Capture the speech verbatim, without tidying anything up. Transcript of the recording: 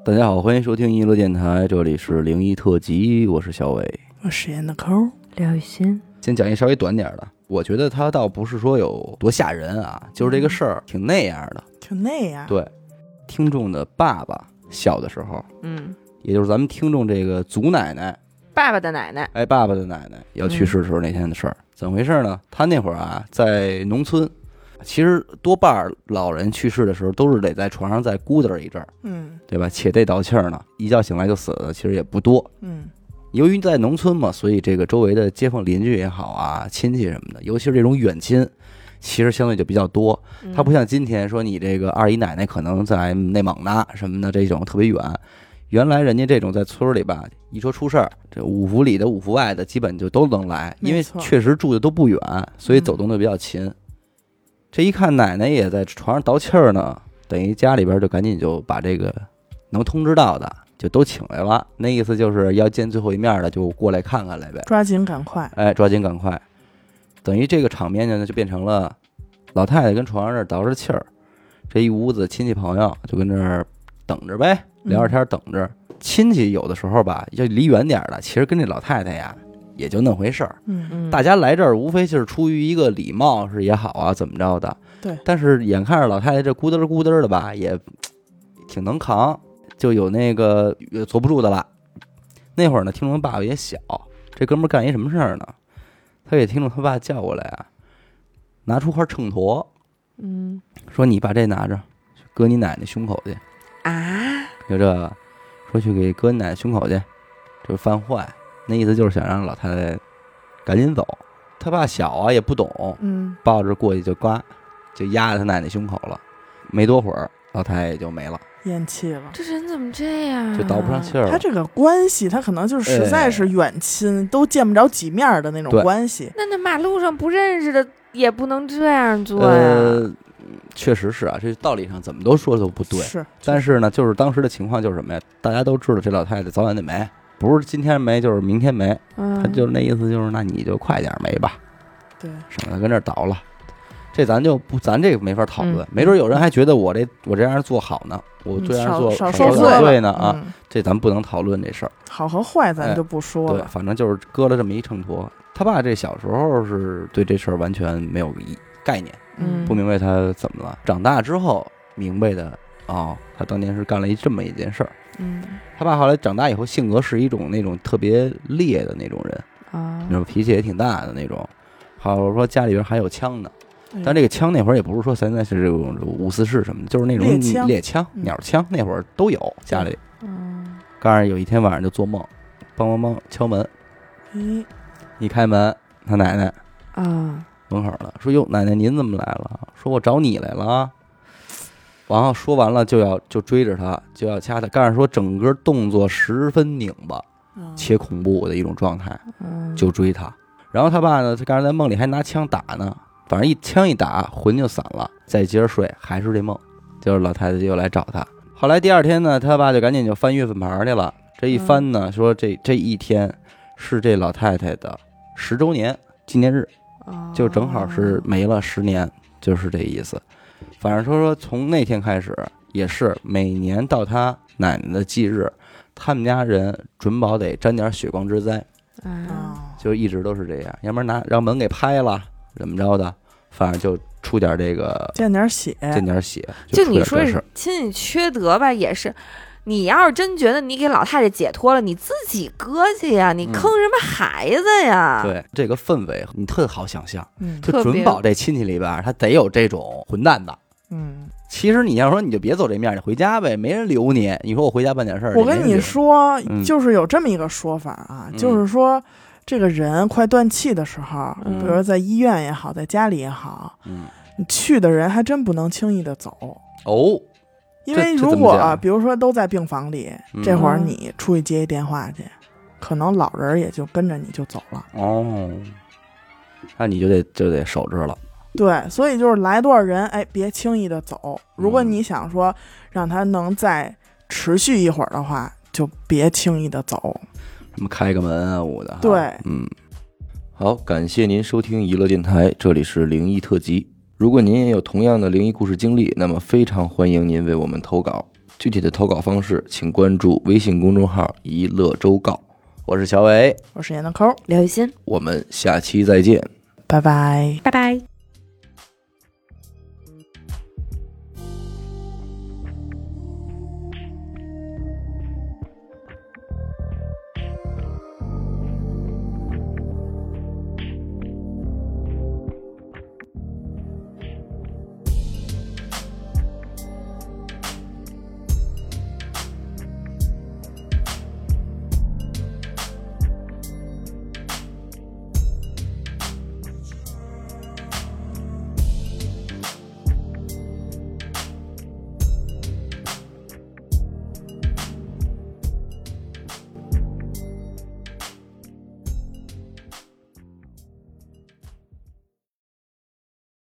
大家好，欢迎收听娱乐电台，这里是灵异特辑，我是小伟， 我是闫的抠， 廖雨欣。 先讲一稍微短点的，我觉得他倒不是说有多吓人啊，就是这个事儿挺那样的， 挺那样。 对，听众的爸爸小的时候， 嗯， 也就是咱们听众这个祖奶奶， 爸爸的奶奶， 哎，爸爸的奶奶要去世的时候那天的事儿，怎么回事呢？他那会儿啊，在农村。其实多半老人去世的时候都是得在床上再咕噔一阵儿， 嗯， 对吧？且得倒气儿呢，一觉醒来就死了，其实也不多。 嗯， 由于在农村嘛，所以这个周围的街坊邻居也好啊，亲戚什么的，尤其是这种远亲，其实相对就比较多。他不像今天说你这个二姨奶奶可能在内蒙呢什么的这种特别远，原来人家这种在村里吧，一说出事儿，这五福里的五福外的基本就都能来，因为确实住的都不远，所以走动的比较勤。嗯，这一看奶奶也在床上倒气儿呢，等于家里边就赶紧就把这个能通知到的就都请来了，那意思就是要见最后一面的就过来看看来呗， 抓紧赶快， 哎，抓紧赶快。等于这个场面呢就变成了老太太跟床上这倒着气儿，这一屋子亲戚朋友就跟这儿等着呗，聊着天等着。嗯，亲戚有的时候吧要离远点的，其实跟这老太太呀也就那回事儿， 嗯， 大家来这儿无非就是出于一个礼貌是也好啊，怎么着的。 对。 但是眼看着老太太这咕噔咕噔的吧，也挺能扛，就有那个坐不住的了。那会儿呢，听众爸爸也小，这哥们儿干一什么事儿呢？他给听众他爸叫过来啊，拿出块秤砣， 嗯， 说你把这拿着，搁你奶奶胸口去啊， 就这个，说去给搁你奶奶胸口去，这犯坏。那意思就是想让老太太赶紧走，他爸小啊也不懂， 嗯， 抱着过去就刮，就压在他奶奶胸口了。没多会儿，老太太也就没了， 咽气了。 这人怎么这样、啊？ 就倒不上气儿了。 他这个关系，他可能就是实在是远亲，哎、都见不着几面的那种关系。 那那马路上不认识的也不能这样做呀。 呃，确实是啊，这道理上怎么都说都不对。 是， 但是呢，就是当时的情况就是什么呀？大家都知道这老太太早晚得没。不是今天没就是明天没， 嗯， 他就是那意思，就是那你就快点没吧， 对， 省得跟这儿倒了。这咱就不，咱这个没法讨论。嗯、没准有人还觉得我这我这样做好呢，我这样做少受罪呢啊， 嗯、 这咱不能讨论这事儿。 好和坏咱就不说了、 哎。对，反正就是搁了这么一秤砣。他爸这小时候是对这事儿完全没有概念， 嗯， 不明白他怎么了。长大之后明白的哦，他当年是干了一这么一件事儿。 嗯， 他爸后来长大以后性格是一种那种特别烈的那种人啊，那种脾气也挺大的那种。好说家里边还有枪呢，但这个枪那会儿也不是说现在是这种五四式什么的，就是那种猎枪、猎枪鸟枪，那会儿都有家里。 嗯， 刚才有一天晚上就做梦，梆梆梆敲门， 嗯， 一开门，他奶奶啊门口了，说哟奶奶您怎么来了？说我找你来了。然后说完了就要就追着他，就要掐他。但是说整个动作十分拧巴且恐怖的一种状态，就追他。然后他爸呢，他刚才在梦里还拿枪打呢，反正一枪一打，魂就散了。再接着睡，还是这梦，就是老太太又来找他。后来第二天呢，他爸就赶紧就翻月份牌去了。这一翻呢，说这这一天是这老太太的十周年纪念日，就正好是没了十年，就是这意思。反正说说从那天开始，也是每年到他奶奶的忌日，他们家人准保得沾点血光之灾， 啊， 就一直都是这样，要不然拿让门给拍了，怎么着的，反正就出点这个见点血， 见点血。 就你说亲戚缺德吧，也是。你要是真觉得你给老太太解脱了，你自己搁去呀，你坑什么孩子呀？ 嗯、对，这个氛围你特好想象， 嗯， 就准保这亲戚里边他得有这种混蛋的。 嗯， 其实你要说你就别走这面，你回家呗，没人留你。你说我回家办点事儿， 我跟你说， 嗯、 就是有这么一个说法啊， 嗯、 就是说这个人快断气的时候， 嗯、 比如在医院也好，在家里也好， 嗯， 你去的人还真不能轻易的走哦。 因为如果、啊、比如说都在病房里， 嗯、 这会儿你出去接一电话去，可能老人也就跟着你就走了。 哦，那你就得就得守着了。 对，所以就是来多少人，哎，别轻易的走。如果你想说让他能再持续一会儿的话，就别轻易的走。 什么开个门啊，我的。 对， 嗯。好，感谢您收听娱乐电台，这里是灵异特辑。如果您也有同样的灵异故事经历，那么非常欢迎您为我们投稿。 具体的投稿方式，请关注微信公众号“一乐周告”。我是小伟， 我是闫德抠， 刘雨欣， 我们下期再见， 拜拜， 拜拜。